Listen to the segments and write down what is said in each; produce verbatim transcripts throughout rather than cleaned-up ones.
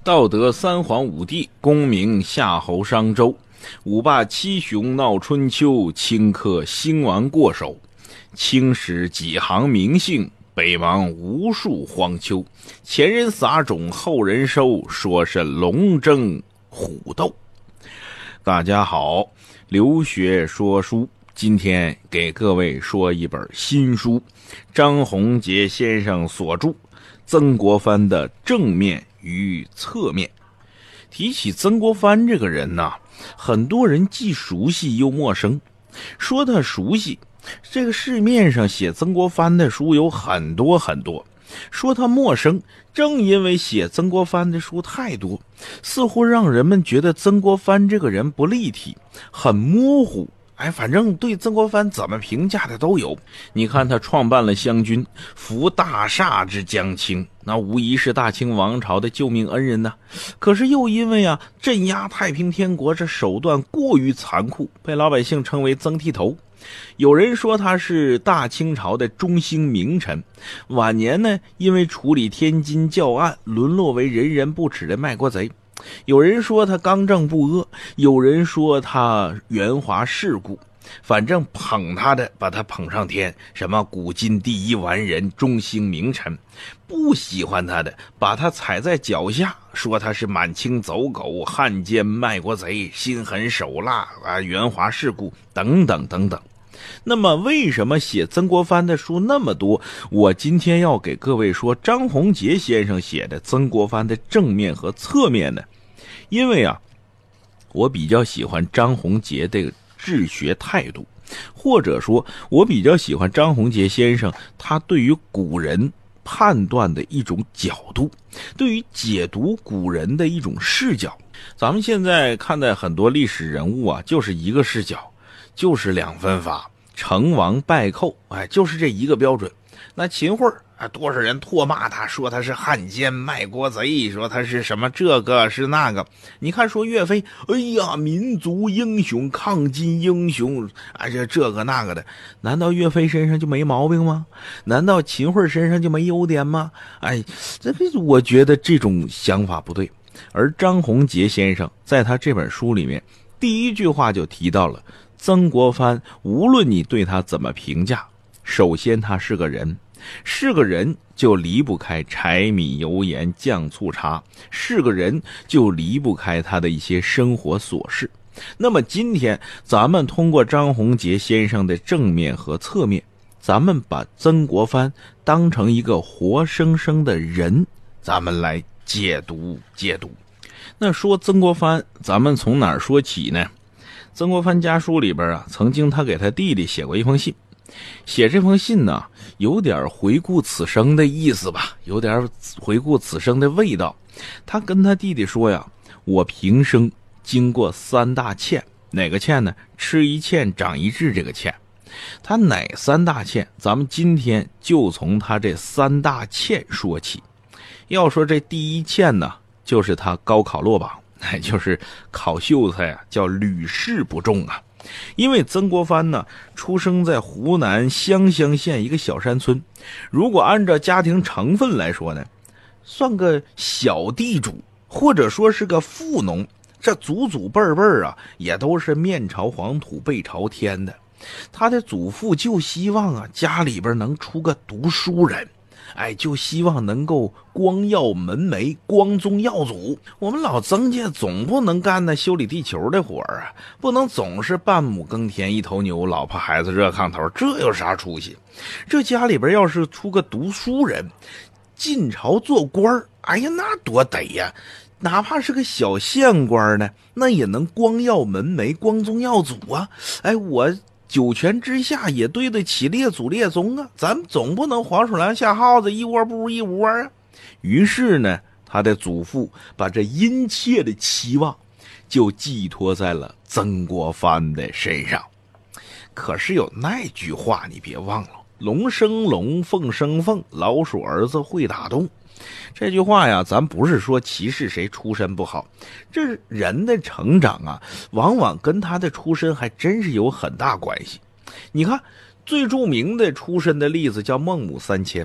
道德三皇五帝，功名夏侯商周。五霸七雄闹春秋，顷刻兴亡过手。青史几行名姓，北邙无数荒丘。前人撒种，后人收，说是龙争虎斗。大家好，留学说书，今天给各位说一本新书，张宏杰先生所著《曾国藩的正面与侧面》。提起曾国藩这个人呢，很多人既熟悉又陌生。说他熟悉，这个市面上写曾国藩的书有很多很多。说他陌生，正因为写曾国藩的书太多，似乎让人们觉得曾国藩这个人不立体，很模糊。哎，反正对曾国藩怎么评价的都有。你看他创办了湘军，扶大厦之将倾，那无疑是大清王朝的救命恩人呢。可是又因为啊镇压太平天国这手段过于残酷，被老百姓称为曾剃头。有人说他是大清朝的中兴名臣，晚年呢因为处理天津教案沦落为人人不齿的卖国贼。有人说他刚正不阿，有人说他圆滑世故，反正捧他的把他捧上天，什么古今第一完人，中兴名臣。不喜欢他的把他踩在脚下，说他是满清走狗，汉奸卖国贼，心狠手辣啊，圆滑世故等等等等。那么为什么写曾国藩的书那么多？我今天要给各位说张宏杰先生写的曾国藩的正面和侧面呢。因为啊，我比较喜欢张宏杰的治学态度，或者说我比较喜欢张宏杰先生他对于古人判断的一种角度，对于解读古人的一种视角。咱们现在看待很多历史人物啊，就是一个视角，就是两分法，成王败寇，哎，就是这一个标准。那秦桧啊，多少人唾骂他，说他是汉奸卖国贼，说他是什么这个是那个。你看说岳飞，哎呀，民族英雄，抗金英雄啊，这这个那个的。难道岳飞身上就没毛病吗？难道秦桧身上就没优点吗？哎，这我觉得这种想法不对。而张宏杰先生在他这本书里面，第一句话就提到了曾国藩，无论你对他怎么评价，首先他是个人，是个人就离不开柴米油盐酱醋茶，是个人就离不开他的一些生活琐事。那么今天咱们通过张宏杰先生的正面和侧面，咱们把曾国藩当成一个活生生的人，咱们来解读解读。那说曾国藩，咱们从哪儿说起呢？曾国藩家书里边啊，曾经他给他弟弟写过一封信。写这封信呢，有点回顾此生的意思吧，有点回顾此生的味道。他跟他弟弟说呀，我平生经过三大欠，哪个欠呢？吃一堑长一智这个欠。他哪三大欠？咱们今天就从他这三大欠说起。要说这第一欠呢，就是他高考落榜，就是考秀才啊，叫屡试不中啊。因为曾国藩呢，出生在湖南湘乡县一个小山村，如果按照家庭成分来说呢，算个小地主，或者说是个富农，这祖祖辈辈啊，也都是面朝黄土背朝天的。他的祖父就希望啊，家里边能出个读书人。哎，就希望能够光耀门楣，光宗耀祖。我们老曾家总不能干那修理地球的活啊，不能总是半亩耕田一头牛，老婆孩子热炕头，这有啥出息？这家里边要是出个读书人，进朝做官，哎呀，那多得呀！哪怕是个小县官呢，那也能光耀门楣，光宗耀祖啊！哎，我九泉之下也对得起列祖列宗啊，咱总不能黄鼠狼下耗子，一窝不如一窝啊。于是呢，他的祖父把这殷切的期望就寄托在了曾国藩的身上。可是有那句话你别忘了，龙生龙，凤生凤，老鼠儿子会打洞。这句话呀，咱不是说歧视谁出身不好，这人的成长啊，往往跟他的出身还真是有很大关系。你看最著名的出身的例子叫孟母三迁，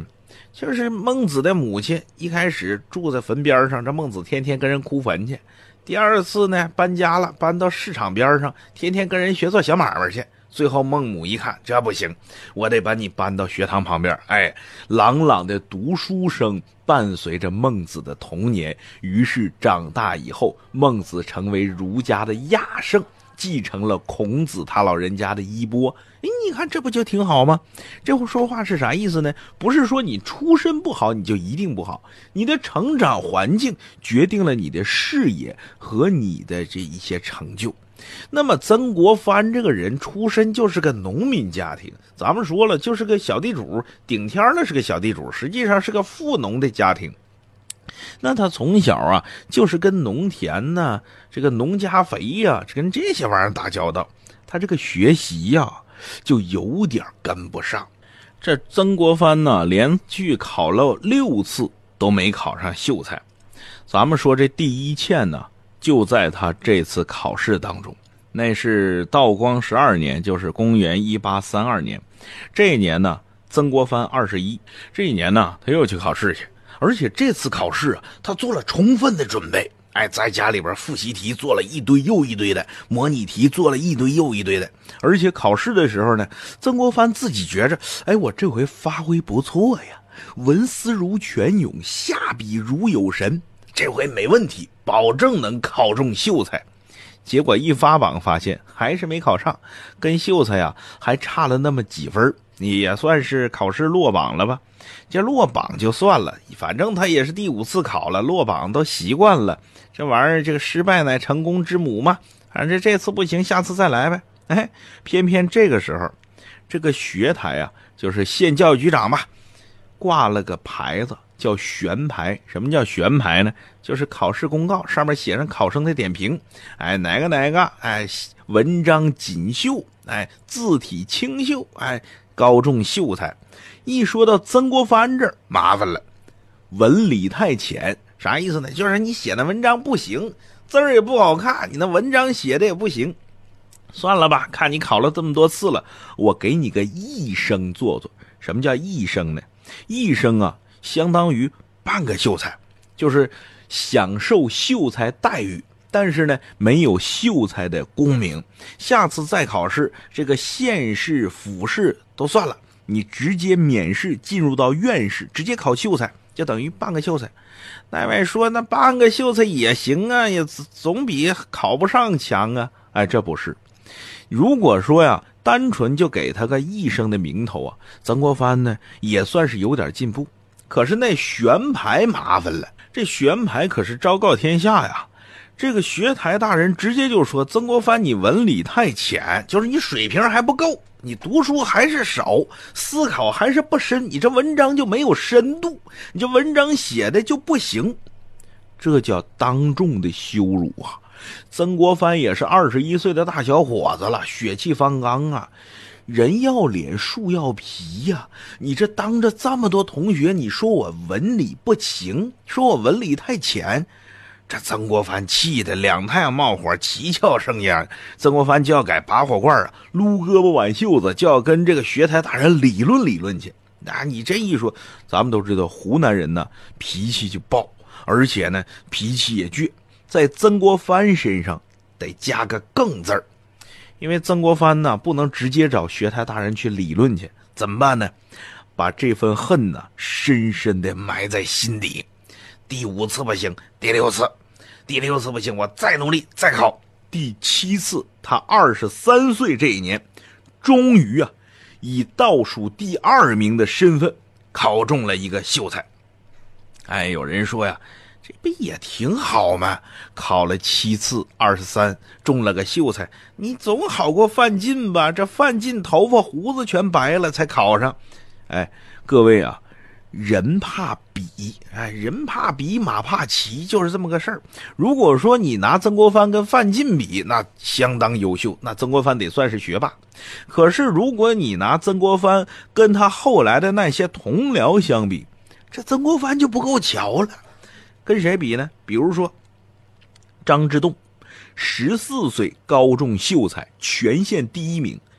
就是孟子的母亲一开始住在坟边上，这孟子天天跟人哭坟去。第二次呢，搬家了，搬到市场边上，天天跟人学做小买卖去。最后孟母一看，这不行，我得把你搬到学堂旁边。哎，朗朗的读书声伴随着孟子的童年，于是长大以后，孟子成为儒家的亚圣，继承了孔子他老人家的衣钵。哎，你看这不就挺好吗？这会说话是啥意思呢？不是说你出身不好你就一定不好，你的成长环境决定了你的视野和你的这一些成就。那么曾国藩这个人出身就是个农民家庭，咱们说了就是个小地主，顶天了是个小地主，实际上是个富农的家庭。那他从小啊就是跟农田呢、啊、这个农家肥呀、啊、跟这些玩意儿打交道，他这个学习呀、啊、就有点跟不上。这曾国藩呢连续考了六次都没考上秀才，咱们说这第一欠呢就在他这次考试当中。那是道光十二年，就是公元一八三二年。这一年呢曾国藩二十一，这一年呢他又去考试去，而且这次考试啊他做了充分的准备。哎，在家里边复习题做了一堆又一堆的，模拟题做了一堆又一堆的。而且考试的时候呢，曾国藩自己觉着，哎，我这回发挥不错呀，文思如泉涌，下笔如有神，这回没问题，保证能考中秀才。结果一发榜发现还是没考上，跟秀才呀还差了那么几分，你也算是考试落榜了吧。这落榜就算了，反正他也是第五次考了，落榜都习惯了，这玩意儿这个失败乃成功之母嘛，反正这次不行下次再来呗。哎，偏偏这个时候这个学台啊，就是县教育局长吧，挂了个牌子叫悬牌。什么叫悬牌呢？就是考试公告上面写上考生的点评，哎，哪个哪个，哎，文章锦绣，哎，字体清秀，哎，高中秀才。一说到曾国藩这儿麻烦了，文理太浅。啥意思呢？就是你写的文章不行，字儿也不好看，你那文章写的也不行。算了吧，看你考了这么多次了，我给你个一生做做。什么叫一生呢？一生啊相当于半个秀才，就是享受秀才待遇，但是呢没有秀才的功名。下次再考试，这个县试府试都算了，你直接免试进入到院试，直接考秀才，就等于半个秀才。那位说那半个秀才也行啊，也总比考不上强啊。哎，这不是。如果说呀单纯就给他个一生的名头啊，曾国藩呢也算是有点进步。可是那悬牌麻烦了，这悬牌可是昭告天下呀。这个学台大人直接就说，曾国藩你文理太浅，就是你水平还不够，你读书还是少，思考还是不深，你这文章就没有深度，你这文章写的就不行。这叫当众的羞辱啊。曾国藩也是二十一岁的大小伙子了，血气方刚啊，人要脸树要皮呀、啊！你这当着这么多同学，你说我文理不行，说我文理太浅，这曾国藩气得两太阳冒火，七窍生烟。曾国藩就要改拔火罐啊，撸胳膊挽袖子，就要跟这个学台大人理论理论去。那你这一说，咱们都知道湖南人呢脾气就暴，而且呢脾气也倔，在曾国藩身上得加个更字儿。因为曾国藩呢不能直接找学台大人去理论去，怎么办呢？把这份恨呢深深的埋在心底。第五次不行，第六次，第六次不行，我再努力再考。第七次，他二十三岁这一年，终于啊以倒数第二名的身份考中了一个秀才。哎，有人说呀，这不也挺好吗？考了七次二十三，中了个秀才，你总好过范进吧？这范进头发胡子全白了才考上。哎，各位啊，人怕比，哎，人怕比马怕骑，就是这么个事儿。如果说你拿曾国藩跟范进比，那相当优秀，那曾国藩得算是学霸。可是如果你拿曾国藩跟他后来的那些同僚相比，这曾国藩就不够瞧了。跟谁比呢？比如说张之洞，十四岁高中秀才，全县第一名，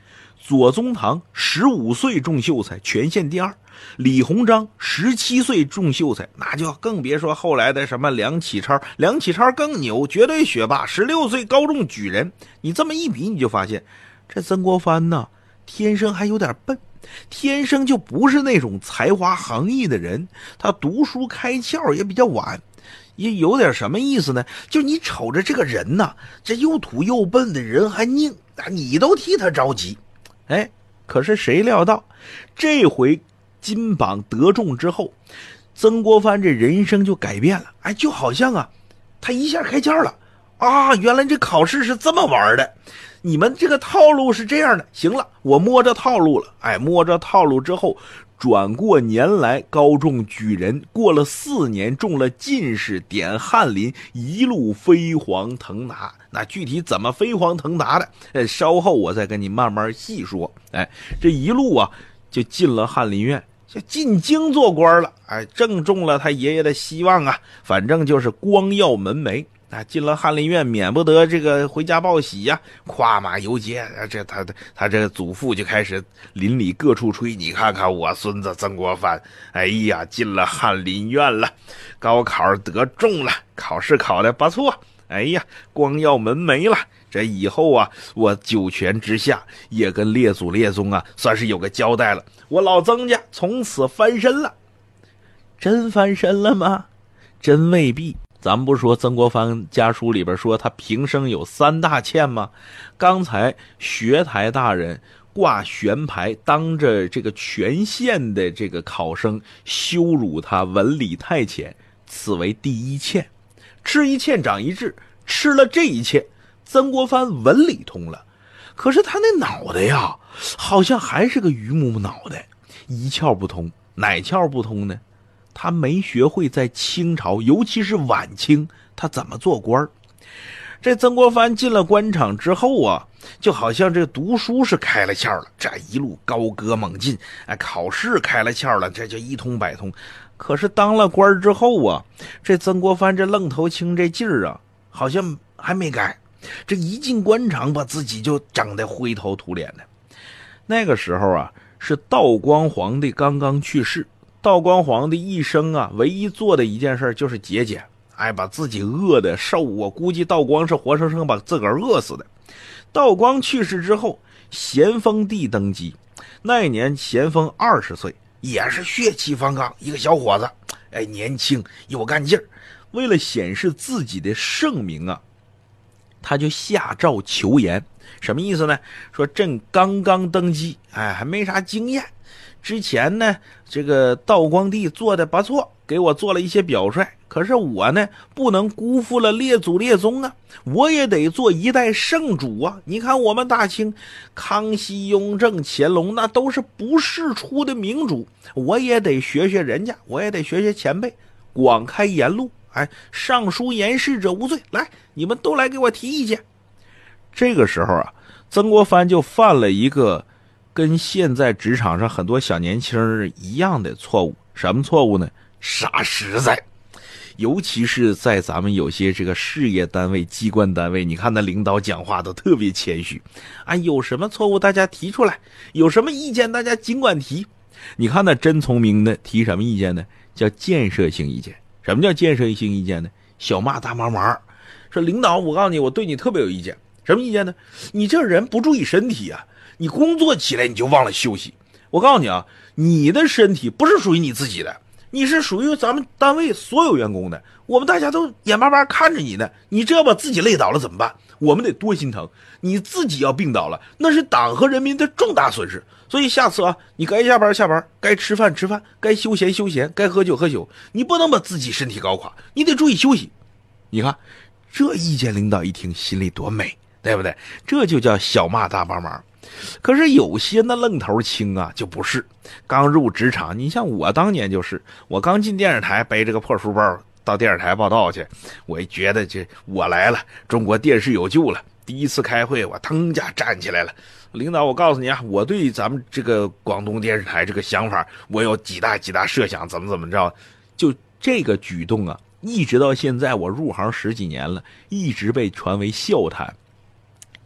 左宗棠十五岁中秀才，全县第二；李鸿章十七岁中秀才，那就更别说后来的什么梁启超，梁启超更牛，绝对学霸，十六岁高中举人。你这么一比，你就发现这曾国藩呢，天生还有点笨，天生就不是那种才华横溢的人，他读书开窍也比较晚。也有点什么意思呢？就你瞅着这个人呢，这又土又笨的人还拧，你都替他着急。哎，可是谁料到这回金榜得中之后，曾国藩这人生就改变了。哎，就好像啊，他一下开窍了啊，原来这考试是这么玩的，你们这个套路是这样的。行了，我摸着套路了。哎，摸着套路之后，转过年来高中举人，过了四年中了进士，点翰林，一路飞黄腾达。那具体怎么飞黄腾达的，呃，稍后我再跟你慢慢细说。哎，这一路啊就进了翰林院，就进京做官了。哎，正中了他爷爷的希望啊，反正就是光耀门楣。啊，进了翰林院，免不得这个回家报喜呀、啊，跨马游街。啊、这他他这个祖父就开始邻里各处吹，你看看我孙子曾国藩，哎呀，进了翰林院了，高考得中了，考试考得不错，哎呀，光耀门楣了。这以后啊，我九泉之下也跟列祖列宗啊，算是有个交代了。我老曾家从此翻身了，真翻身了吗？真未必。咱们不说曾国藩家书里边说他平生有三大欠吗？刚才学台大人挂悬牌，当着这个全县的这个考生羞辱他文理太浅，此为第一欠。吃一堑长一智，吃了这一堑，曾国藩文理通了，可是他那脑袋呀，好像还是个榆木脑袋，一窍不通。哪窍不通呢？他没学会在清朝，尤其是晚清，他怎么做官。这曾国藩进了官场之后啊，就好像这读书是开了窍了，这一路高歌猛进，哎，考试开了窍了，这就一通百通。可是当了官之后啊，这曾国藩这愣头青这劲儿啊，好像还没改。这一进官场，把自己就整得灰头土脸的。那个时候啊，是道光皇帝刚刚去世。道光皇帝一生啊，唯一做的一件事就是节俭，哎，把自己饿的瘦，我估计道光是活生生把自个儿饿死的。道光去世之后，咸丰帝登基，那一年咸丰二十岁，也是血气方刚，一个小伙子，哎，年轻有干劲儿。为了显示自己的盛名啊，他就下诏求严。什么意思呢？说朕刚刚登基，哎，还没啥经验。之前呢，这个道光帝做的不错，给我做了一些表率，可是我呢，不能辜负了列祖列宗啊，我也得做一代圣主啊。你看我们大清，康熙、雍正、乾隆，那都是不世出的明主，我也得学学人家，我也得学学前辈，广开言路。哎，上书言事者无罪，来，你们都来给我提意见。这个时候啊，曾国藩就犯了一个跟现在职场上很多小年轻人一样的错误。什么错误呢？傻实在。尤其是在咱们有些这个事业单位、机关单位，你看那领导讲话都特别谦虚啊，有什么错误大家提出来，有什么意见大家尽管提。你看那真聪明的提什么意见呢？叫建设性意见。什么叫建设性意见呢？小骂大帮忙，说领导，我告诉你，我对你特别有意见。什么意见呢？你这人不注意身体啊，你工作起来你就忘了休息。我告诉你啊，你的身体不是属于你自己的，你是属于咱们单位所有员工的，我们大家都眼巴巴看着你呢，你这要把自己累倒了怎么办？我们得多心疼，你自己要病倒了，那是党和人民的重大损失。所以下次啊，你该下班下班，该吃饭吃饭，该休闲休闲，该喝酒喝酒，你不能把自己身体搞垮，你得注意休息。你看这意见领导一听心里多美，对不对？这就叫小骂大帮忙。可是有些那愣头青啊，就不是刚入职场。你像我当年就是，我刚进电视台，背着个破书包到电视台报道去，我觉得这我来了，中国电视有救了。第一次开会，我腾家站起来了，领导，我告诉你啊，我对咱们这个广东电视台这个想法，我有几大几大设想，怎么怎么着。就这个举动啊，一直到现在我入行十几年了，一直被传为笑谈。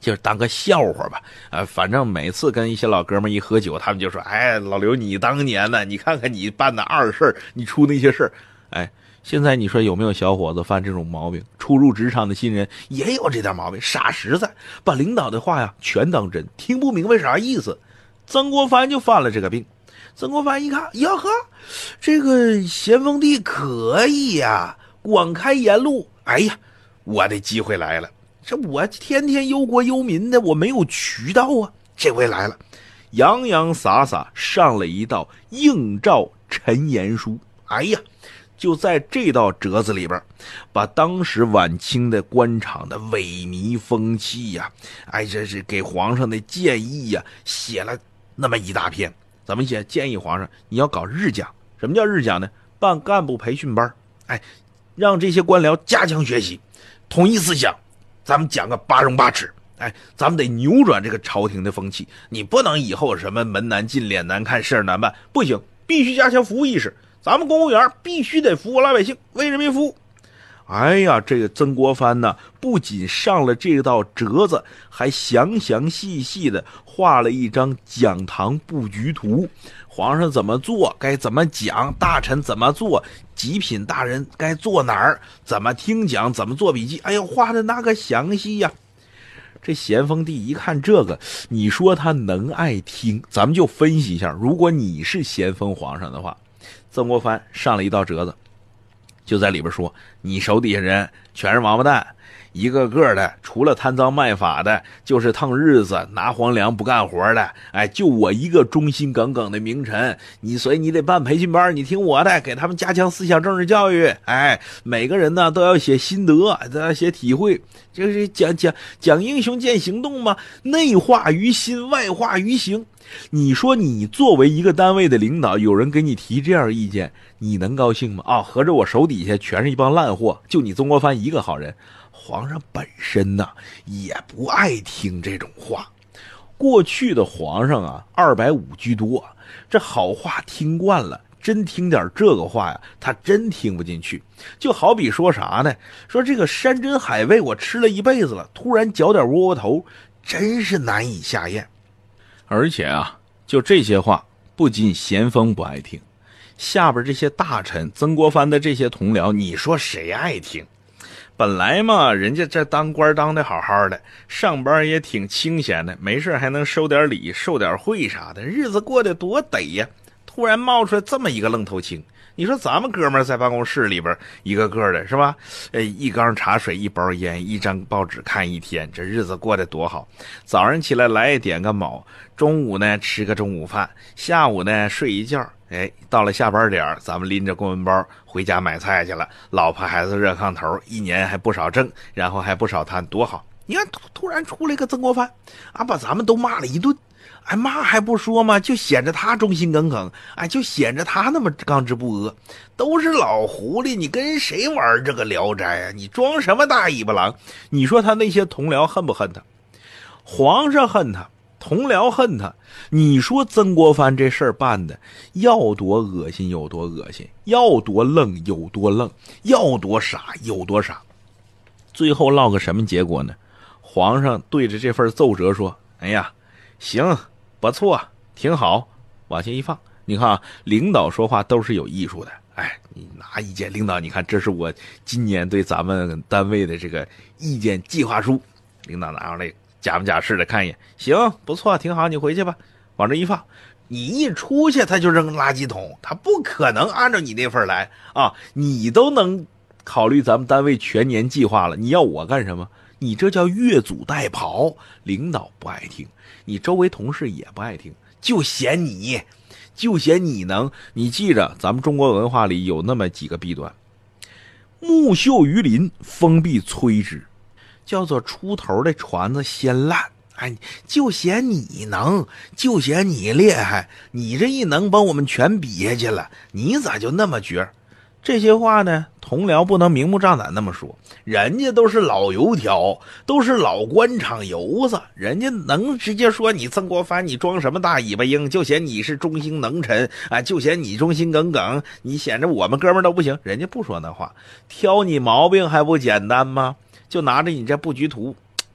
就是当个笑话吧。呃，反正每次跟一些老哥们一喝酒，他们就说：“哎，老刘，你当年呢？你看看你办的二事你出那些事儿。”哎，现在你说有没有小伙子犯这种毛病？初入职场的新人也有这点毛病，傻实在，把领导的话呀全当真，听不明白啥意思。曾国藩就犯了这个病。曾国藩一看，呀呵，这个咸丰帝可以呀，广开言路。哎呀，我的机会来了。这我天天忧国忧民的，我没有渠道啊，这回来了，洋洋洒洒上了一道应诏陈言书。哎呀，就在这道折子里边，把当时晚清的官场的萎靡风气呀、啊，哎，这是给皇上的建议呀、啊，写了那么一大篇。怎么写？建议皇上你要搞日讲。什么叫日讲呢？办干部培训班，哎，让这些官僚加强学习，统一思想。咱们讲个八荣八耻，哎，咱们得扭转这个朝廷的风气。你不能以后什么门难进、脸难看、事儿难办，不行，必须加强服务意识。咱们公务员必须得服务老百姓，为人民服务。哎呀，这个曾国藩呢，不仅上了这道折子，还详详细细的画了一张讲堂布局图。皇上怎么做，该怎么讲，大臣怎么做，极品大人该坐哪儿，怎么听讲，怎么做笔记。哎呀，画的那个详细呀！这咸丰帝一看这个，你说他能爱听？咱们就分析一下，如果你是咸丰皇上的话，曾国藩上了一道折子，就在里边说，你手底下人全是王八蛋，一个个的除了贪赃卖法的，就是蹭日子拿皇粮不干活的。哎，就我一个忠心耿耿的名臣，你所以你得办培训班，你听我的，给他们加强思想政治教育。哎，每个人呢都要写心得，都要写体会，这是讲讲讲英雄见行动嘛，内化于心，外化于行。你说你作为一个单位的领导，有人给你提这样意见，你能高兴吗？啊，合着我手底下全是一帮烂货，就你曾国藩一个好人。皇上本身呢也不爱听这种话，过去的皇上啊二百五居多，这好话听惯了，真听点这个话呀，他真听不进去。就好比说啥呢？说这个山珍海味我吃了一辈子了，突然嚼点窝窝头，真是难以下咽。而且啊，就这些话，不仅咸丰不爱听，下边这些大臣，曾国藩的这些同僚，你说谁爱听？本来嘛，人家这当官当的好好的，上班也挺清闲的，没事还能收点礼、受点贿啥的，日子过得多得呀。突然冒出来这么一个愣头青，你说咱们哥们在办公室里边一个个的是吧？呃，一缸茶水，一包烟，一张报纸看一天，这日子过得多好。早上起来来点个卯，中午呢吃个中午饭，下午呢睡一觉。哎，到了下班点咱们拎着公文包回家买菜去了，老婆孩子热炕头，一年还不少挣，然后还不少贪，多好。你看突突然出来一个曾国藩啊，把咱们都骂了一顿。哎，骂还不说嘛，就显着他忠心耿耿，哎，就显着他那么刚直不阿。都是老狐狸，你跟谁玩这个聊斋啊？你装什么大尾巴狼？你说他那些同僚恨不恨他？皇上恨他，同僚恨他。你说曾国藩这事儿办的要多恶心有多恶心，要多愣有多愣，要多傻有多傻。最后落个什么结果呢？皇上对着这份奏折说，哎呀，行，不错，挺好，往下一放。你看啊，领导说话都是有艺术的。哎，你拿意见，领导，你看这是我今年对咱们单位的这个意见计划书。领导拿上来假模假式的看一眼，行，不错，挺好，你回去吧。往这一放，你一出去他就扔垃圾桶，他不可能按照你那份来啊！你都能考虑咱们单位全年计划了，你要我干什么？你这叫越俎代庖。领导不爱听，你周围同事也不爱听，就嫌你就嫌你能。你记着，咱们中国文化里有那么几个弊端，木秀于林，风必摧之，叫做出头的船子先烂。哎，就嫌你能，就嫌你厉害，你这一能把我们全比下去了，你咋就那么绝？这些话呢，同僚不能明目张胆那么说，人家都是老油条，都是老官场油子，人家能直接说你曾国藩你装什么大尾巴鹰，就嫌你是忠心能臣啊，就嫌你忠心耿耿，你显着我们哥们都不行，人家不说那话，挑你毛病还不简单吗？就拿着你这布局图，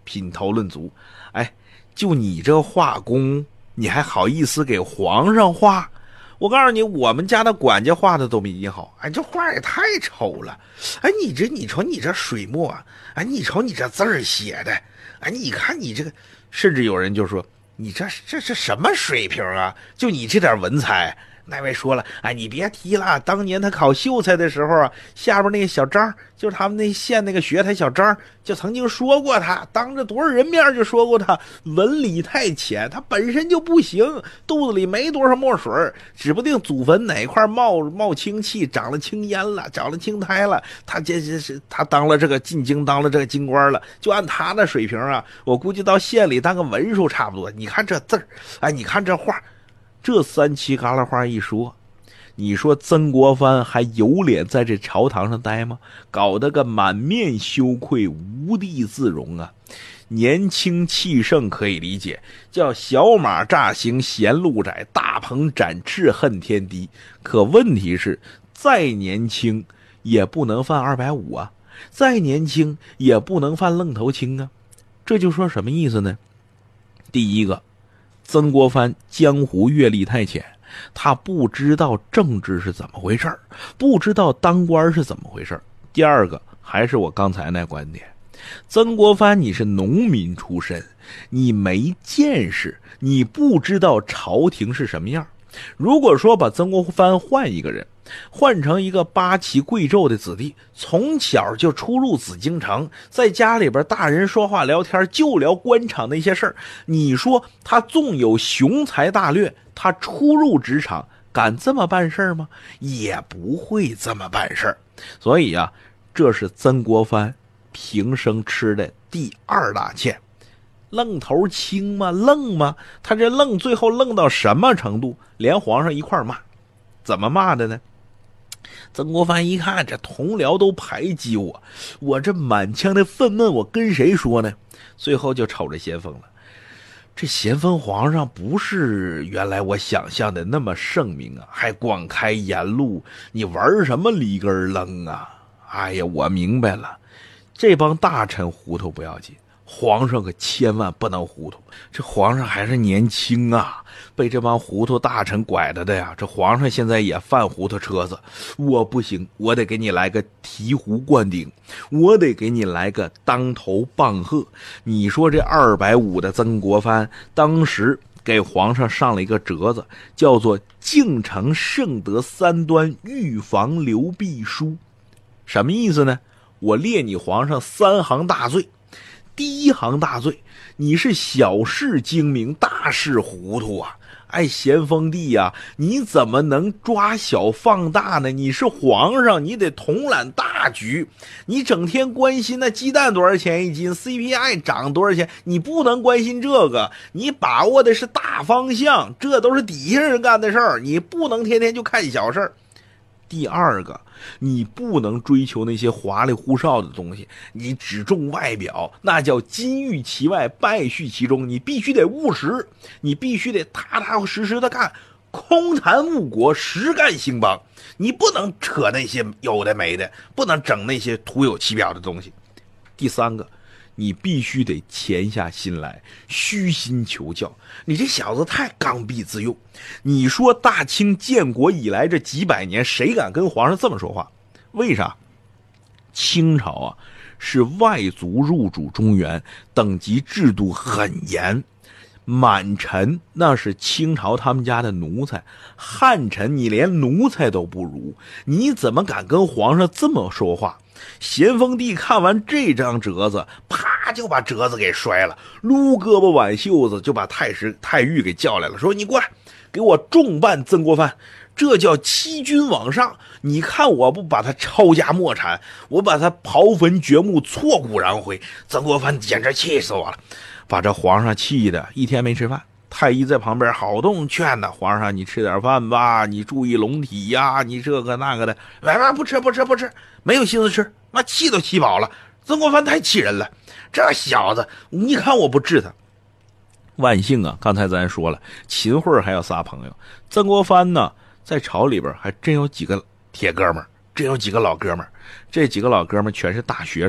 品头论足。哎，就你这画工，你还好意思给皇上画？我告诉你，我们家的管家画的都比你好。哎，这画也太丑了。哎，你这你瞅你这水墨啊，哎，你瞅你这字儿写的，哎，你看你这个，甚至有人就说你这这是什么水平啊？就你这点文采。那位说了，哎，你别提了，当年他考秀才的时候啊，下边那个小张，就是他们那县那个学台小张，就曾经说过他，当着多少人面就说过他文理太浅，他本身就不行，肚子里没多少墨水，指不定祖坟哪块冒冒清气，长了青烟了，长了青苔了，他这这是他当了这个进京，当了这个京官了，就按他的水平啊，我估计到县里当个文书差不多。你看这字儿，哎，你看这画。这三七旮旯话一说，你说曾国藩还有脸在这朝堂上待吗？搞得个满面羞愧，无地自容啊！年轻气盛可以理解，叫小马乍行嫌路窄，大鹏展翅恨天低。可问题是，再年轻也不能犯二百五啊，再年轻也不能犯愣头青啊。这就说什么意思呢？第一个，曾国藩江湖阅历太浅，他不知道政治是怎么回事，不知道当官是怎么回事。第二个，还是我刚才那观点，曾国藩你是农民出身，你没见识，你不知道朝廷是什么样。如果说把曾国藩换一个人，换成一个八旗贵胄的子弟，从小就出入紫禁城，在家里边大人说话聊天就聊官场那些事儿，你说他纵有雄才大略，他出入职场敢这么办事吗？也不会这么办事。所以啊，这是曾国藩平生吃的第二大堑。愣头青吗？愣吗？他这愣最后愣到什么程度？连皇上一块骂。怎么骂的呢？曾国藩一看这同僚都排挤我，我这满腔的愤懑我跟谁说呢？最后就瞅着咸丰了。这咸丰皇上不是原来我想象的那么圣明啊，还广开言路，你玩什么里根楞啊？哎呀，我明白了，这帮大臣糊涂不要紧，皇上可千万不能糊涂。这皇上还是年轻啊，被这帮糊涂大臣拐着的呀。这皇上现在也犯糊涂车子，我不行，我得给你来个醍醐灌顶，我得给你来个当头棒喝。你说这二百五的曾国藩当时给皇上上了一个折子，叫做敬承圣德三端预防流弊书。什么意思呢？我列你皇上三行大罪。第一行大罪，你是小事精明，大事糊涂啊！哎，咸丰帝呀、啊，你怎么能抓小放大呢？你是皇上，你得统揽大局。你整天关心那鸡蛋多少钱一斤 ，C P I 涨多少钱，你不能关心这个。你把握的是大方向，这都是底下人干的事儿，你不能天天就看小事儿。第二个，你不能追求那些华丽呼哨的东西，你只重外表，那叫金玉其外，败絮其中。你必须得务实，你必须得踏踏实实的干，空谈误国，实干兴邦。你不能扯那些有的没的，不能整那些徒有其表的东西。第三个，你必须得潜下心来，虚心求教。你这小子太刚愎自用。你说大清建国以来这几百年，谁敢跟皇上这么说话？为啥？清朝啊，是外族入主中原，等级制度很严。满臣那是清朝他们家的奴才，汉臣你连奴才都不如，你怎么敢跟皇上这么说话？咸丰帝看完这张折子，啪就把折子给摔了，撸胳膊挽袖子就把太师太尉给叫来了，说你过来给我重办曾国藩，这叫欺君罔上。你看我不把他抄家没产，我把他刨坟掘墓，挫骨扬灰。曾国藩简直气死我了，把这皇上气的一天没吃饭。太医在旁边好动劝呢，皇上你吃点饭吧，你注意龙体呀，你这个那个的，喂喂，不吃不吃不吃，没有心思吃，妈气都气饱了。曾国藩太气人了，这小子你看我不治他。万幸啊，刚才咱说了，秦桧还有仨朋友，曾国藩呢在朝里边还真有几个铁哥们儿，真有几个老哥们儿。这几个老哥们儿全是大学士，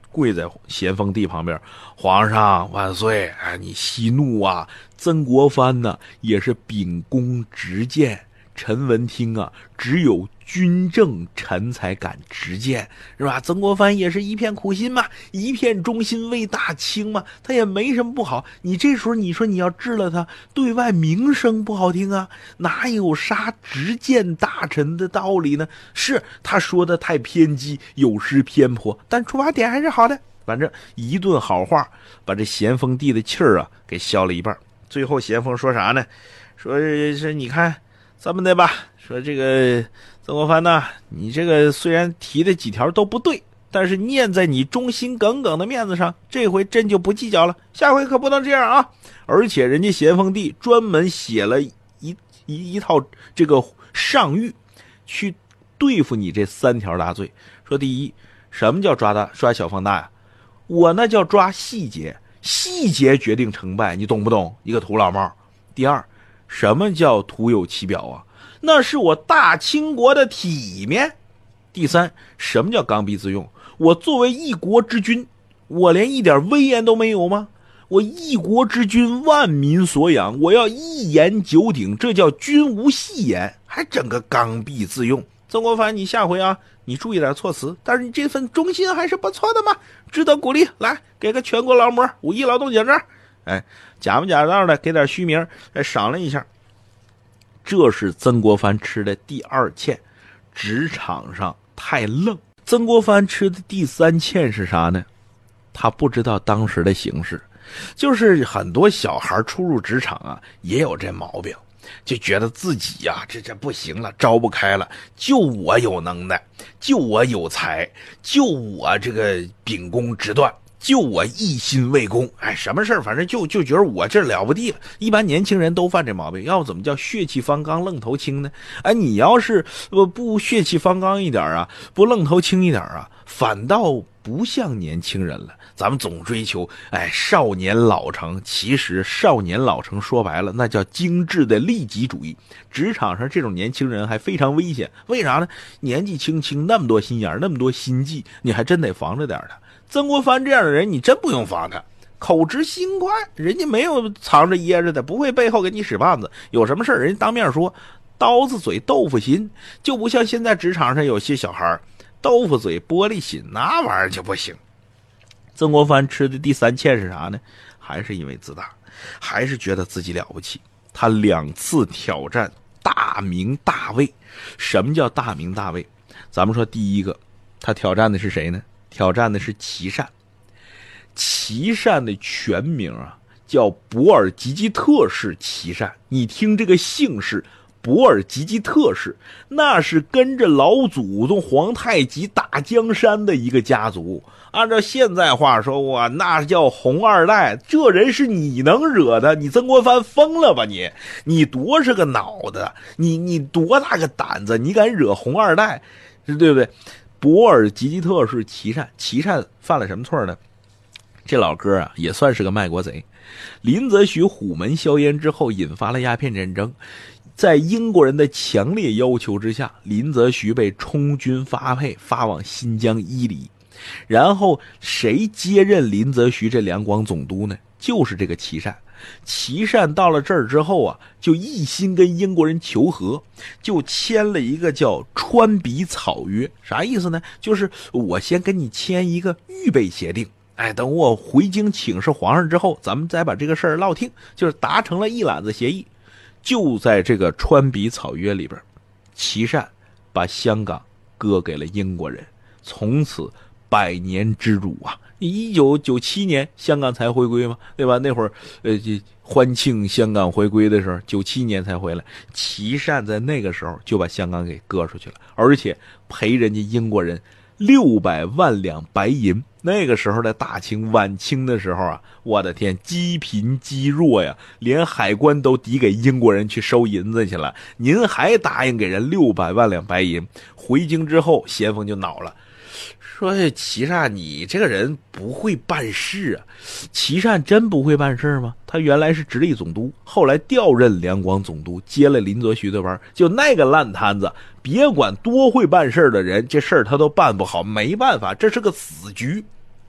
跪在咸丰帝旁边，皇上万岁！哎，你息怒啊！曾国藩呢也是秉公执谏，臣闻听啊，只有君正臣才敢执谏，是吧？曾国藩也是一片苦心嘛，一片忠心为大清嘛，他也没什么不好。你这时候你说你要治了他，对外名声不好听啊，哪有杀执谏大臣的道理呢？是他说的太偏激，有失偏颇，但出发点还是好的。反正一顿好话，把这咸丰帝的气儿啊给消了一半。最后咸丰说啥呢？说是你看这么的吧，说这个曾国藩呐，你这个虽然提的几条都不对，但是念在你忠心耿耿的面子上，这回朕就不计较了，下回可不能这样啊！而且人家咸丰帝专门写了一一一套这个上谕，去对付你这三条大罪。说第一，什么叫抓大抓小放大呀？我那叫抓细节，细节决定成败，你懂不懂？一个土老帽。第二，什么叫徒有其表啊？那是我大清国的体面。第三，什么叫刚愎自用？我作为一国之君，我连一点威严都没有吗？我一国之君，万民所养，我要一言九鼎，这叫君无戏言，还整个刚愎自用。曾国藩，你下回啊，你注意点措辞，但是你这份忠心还是不错的嘛，值得鼓励。来，给个全国劳模、五一劳动奖章，哎，假模假道的给点虚名，再赏了一下。这是曾国藩吃的第二堑，职场上太愣。曾国藩吃的第三堑是啥呢？他不知道当时的形势，就是很多小孩初入职场啊，也有这毛病。就觉得自己呀、啊，这这不行了，招不开了，就我有能耐，就我有才，就我这个秉公执断，就我一心为公，哎，什么事儿反正就就觉得我这了不地了。一般年轻人都犯这毛病，要不怎么叫血气方刚愣头青呢？哎，你要是不血气方刚一点啊，不愣头青一点啊，反倒不像年轻人了。咱们总追求哎少年老成，其实少年老成说白了那叫精致的利己主义。职场上这种年轻人还非常危险，为啥呢？年纪轻轻那么多心眼，那么多心计，你还真得防着点他。曾国藩这样的人你真不用防他，口直心快，人家没有藏着掖着的，不会背后给你使绊子，有什么事人家当面说，刀子嘴豆腐心，就不像现在职场上有些小孩豆腐嘴玻璃心，那玩意儿就不行。曾国藩吃的第三堑是啥呢？还是因为自大，还是觉得自己了不起。他两次挑战大明大魏。什么叫大明大魏？咱们说第一个，他挑战的是谁呢？挑战的是琦善。琦善的全名啊，叫博尔济吉特氏琦善。你听这个姓氏，博尔济吉特氏，那是跟着老祖宗皇太极打江山的一个家族。按照现在话说，哇，那叫红二代。这人是你能惹的？你曾国藩疯了吧你？你多是个脑子，你你多大个胆子？你敢惹红二代，对不对？博尔济吉特是琦善，琦善犯了什么错呢？这老哥啊，也算是个卖国贼。林则徐虎门销烟之后，引发了鸦片战争。在英国人的强烈要求之下，林则徐被充军发配，发往新疆伊犁。然后谁接任林则徐这两广总督呢？就是这个琦善。琦善到了这儿之后啊，就一心跟英国人求和，就签了一个叫川比草约。啥意思呢？就是我先跟你签一个预备协定，哎，等我回京请示皇上之后，咱们再把这个事儿落听，就是达成了一揽子协议。就在这个川比草约里边，琦善把香港割给了英国人，从此百年之辱啊！一九九七年香港才回归嘛，对吧？那会儿呃，欢庆香港回归的时候，九七年才回来。琦善在那个时候就把香港给割出去了，而且赔人家英国人六百万两白银。那个时候的大清晚清的时候啊，我的天，积贫积弱呀，连海关都抵给英国人去收银子去了，您还答应给人六百万两白银。回京之后，咸丰就恼了，说琦善你这个人不会办事啊。琦善真不会办事吗？他原来是直隶总督，后来调任两广总督，接了林则徐的班。就那个烂摊子，别管多会办事的人，这事儿他都办不好，没办法，这是个死局。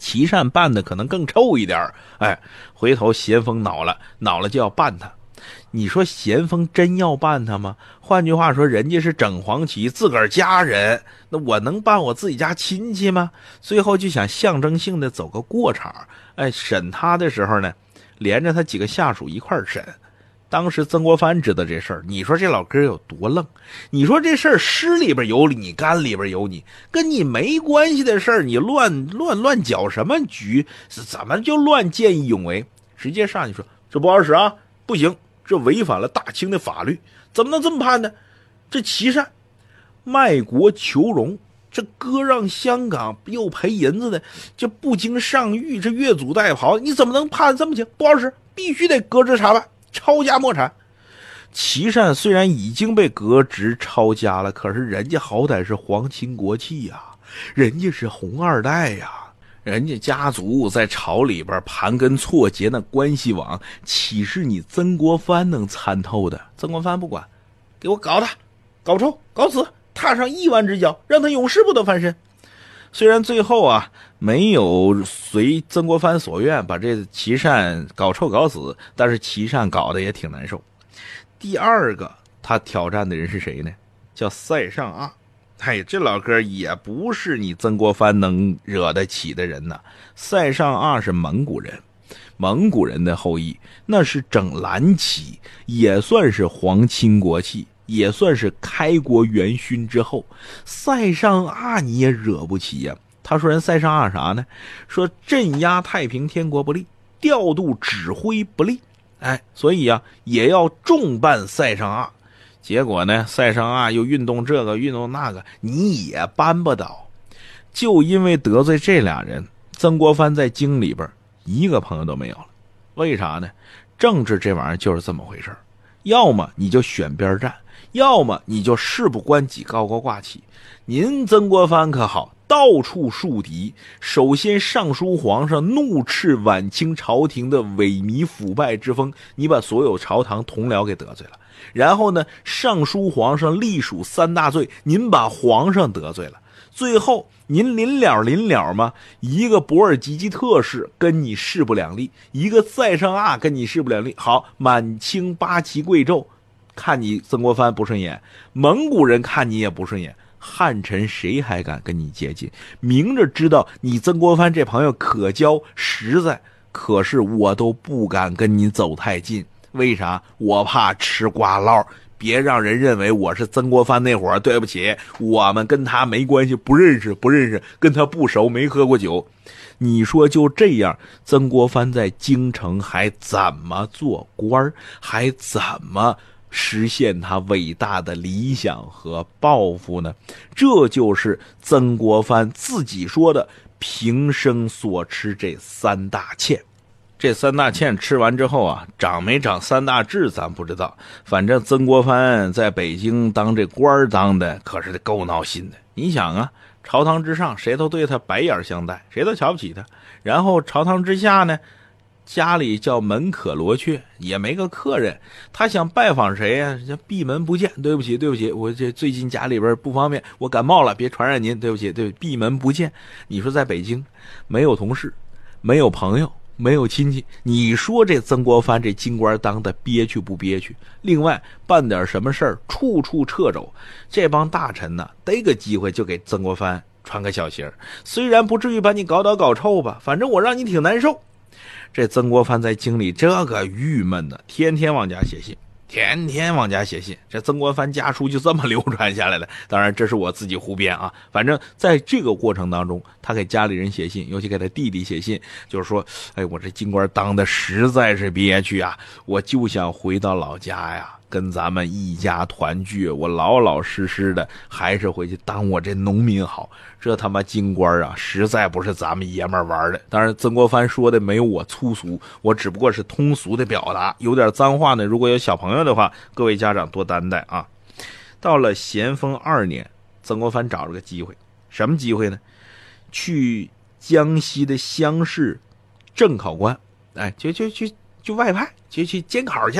琦善办的可能更臭一点。哎，回头咸丰恼了，恼了就要办他。你说咸丰真要办他吗？换句话说，人家是整黄旗自个儿家人，那我能办我自己家亲戚吗？最后就想象征性的走个过场。哎，审他的时候呢，连着他几个下属一块儿审。当时曾国藩知道这事儿，你说这老哥有多愣？你说这事儿湿里边有你，干里边有你，跟你没关系的事儿，你乱乱乱搅什么局？怎么就乱见义勇为？直接上去说这不好使啊，不行，这违反了大清的法律，怎么能这么判呢？这琦善卖国求荣，这割让香港又赔银子的，这不经上谕，这越俎代庖，你怎么能判这么轻？不好使，必须得革职查办，抄家没产。琦善虽然已经被革职抄家了，可是人家好歹是皇亲国戚呀、啊，人家是红二代呀、啊，人家家族在朝里边盘根错节，那关系网岂是你曾国藩能参透的？曾国藩不管，给我搞他，搞臭，搞死，踏上亿万只脚，让他永世不得翻身。虽然最后啊没有随曾国藩所愿把这琦善搞臭搞死，但是琦善搞得也挺难受。第二个他挑战的人是谁呢？叫塞尚阿。哎，这老哥也不是你曾国藩能惹得起的人呐。塞尚阿是蒙古人，蒙古人的后裔，那是整蓝旗，也算是皇亲国戚，也算是开国元勋之后。塞尚阿你也惹不起呀、啊。他说人塞尚阿啥呢？说镇压太平天国不利，调度指挥不利。哎，所以啊，也要重办塞尚阿。结果呢，塞尚阿又运动这个运动那个，你也扳不倒。就因为得罪这俩人，曾国藩在京里边一个朋友都没有了。为啥呢？政治这玩意儿就是这么回事，要么你就选边站，要么你就事不关己高高挂起。您曾国藩可好，到处树敌，首先上书皇上，怒斥晚清朝廷的萎靡腐败之风，你把所有朝堂同僚给得罪了。然后呢，上书皇上隶属三大罪，您把皇上得罪了。最后您临了临了吗？一个博尔济吉特氏跟你势不两立，一个塞尚阿跟你势不两立。好，满清八旗贵胄看你曾国藩不顺眼，蒙古人看你也不顺眼，汉臣谁还敢跟你接近？明着知道你曾国藩这朋友可交实在，可是我都不敢跟你走太近。为啥？我怕吃瓜烙，别让人认为我是曾国藩那会儿。对不起，我们跟他没关系，不认识不认识，跟他不熟，没喝过酒。你说就这样，曾国藩在京城还怎么做官，还怎么实现他伟大的理想和抱负呢？这就是曾国藩自己说的平生所吃这三大堑。这三大堑吃完之后啊，长没长三大志咱不知道，反正曾国藩在北京当这官当的可是够闹心的。你想啊，朝堂之上谁都对他白眼相待，谁都瞧不起他，然后朝堂之下呢，家里叫门可罗雀，也没个客人，他想拜访谁呀、啊？闭门不见。对不起对不起，我这最近家里边不方便，我感冒了，别传染您。对不起对不起，闭门不见。你说在北京没有同事，没有朋友，没有亲戚，你说这曾国藩这京官当的憋屈不憋屈？另外办点什么事儿处处掣肘，这帮大臣呢逮个机会就给曾国藩传个小信儿，虽然不至于把你搞倒搞臭吧，反正我让你挺难受。这曾国藩在京里这个郁闷的，天天往家写信，天天往家写信。这曾国藩家书就这么流传下来了，当然这是我自己胡编啊。反正在这个过程当中，他给家里人写信，尤其给他弟弟写信，就是说，哎，我这京官当的实在是憋屈啊，我就想回到老家呀，跟咱们一家团聚，我老老实实的还是回去当我这农民好。这他妈京官啊，实在不是咱们爷们玩的。当然曾国藩说的没有我粗俗，我只不过是通俗的表达，有点脏话呢，如果有小朋友的话，各位家长多担待啊。到了咸丰二年，曾国藩找了个机会，什么机会呢？去江西的乡试正考官，哎，就就去就外派，就去监考去了。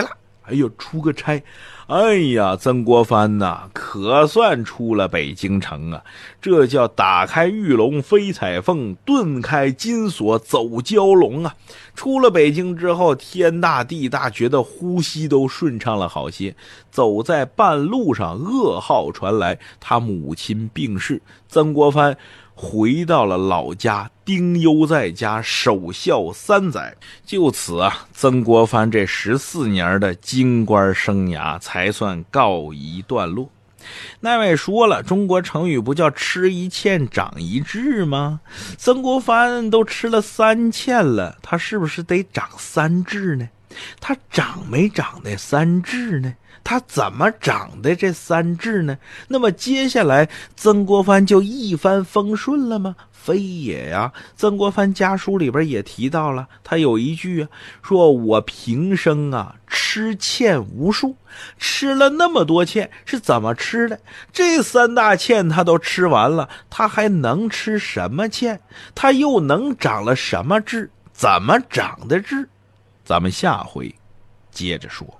哎呦，出个差，哎呀，曾国藩呐，可算出了北京城啊！这叫打开玉龙飞彩凤，顿开金锁走蛟龙啊！出了北京之后，天大地大，觉得呼吸都顺畅了好些。走在半路上，噩耗传来，他母亲病逝，曾国藩回到了老家，丁忧在家守孝三载。就此啊，曾国藩这十四年的京官生涯才算告一段落。那位说了，中国成语不叫吃一堑长一智吗？曾国藩都吃了三堑了，他是不是得长三智呢？他长没长那三智呢？他怎么长的这三智呢？那么接下来曾国藩就一帆风顺了吗？非也呀！曾国藩家书里边也提到了，他有一句啊，说我平生啊吃堑无数，吃了那么多堑，是怎么吃的？这三大堑他都吃完了，他还能吃什么堑？他又能长了什么智？怎么长的智？咱们下回接着说。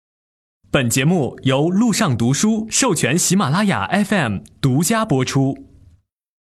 本节目由路上读书授权喜马拉雅 F M 独家播出。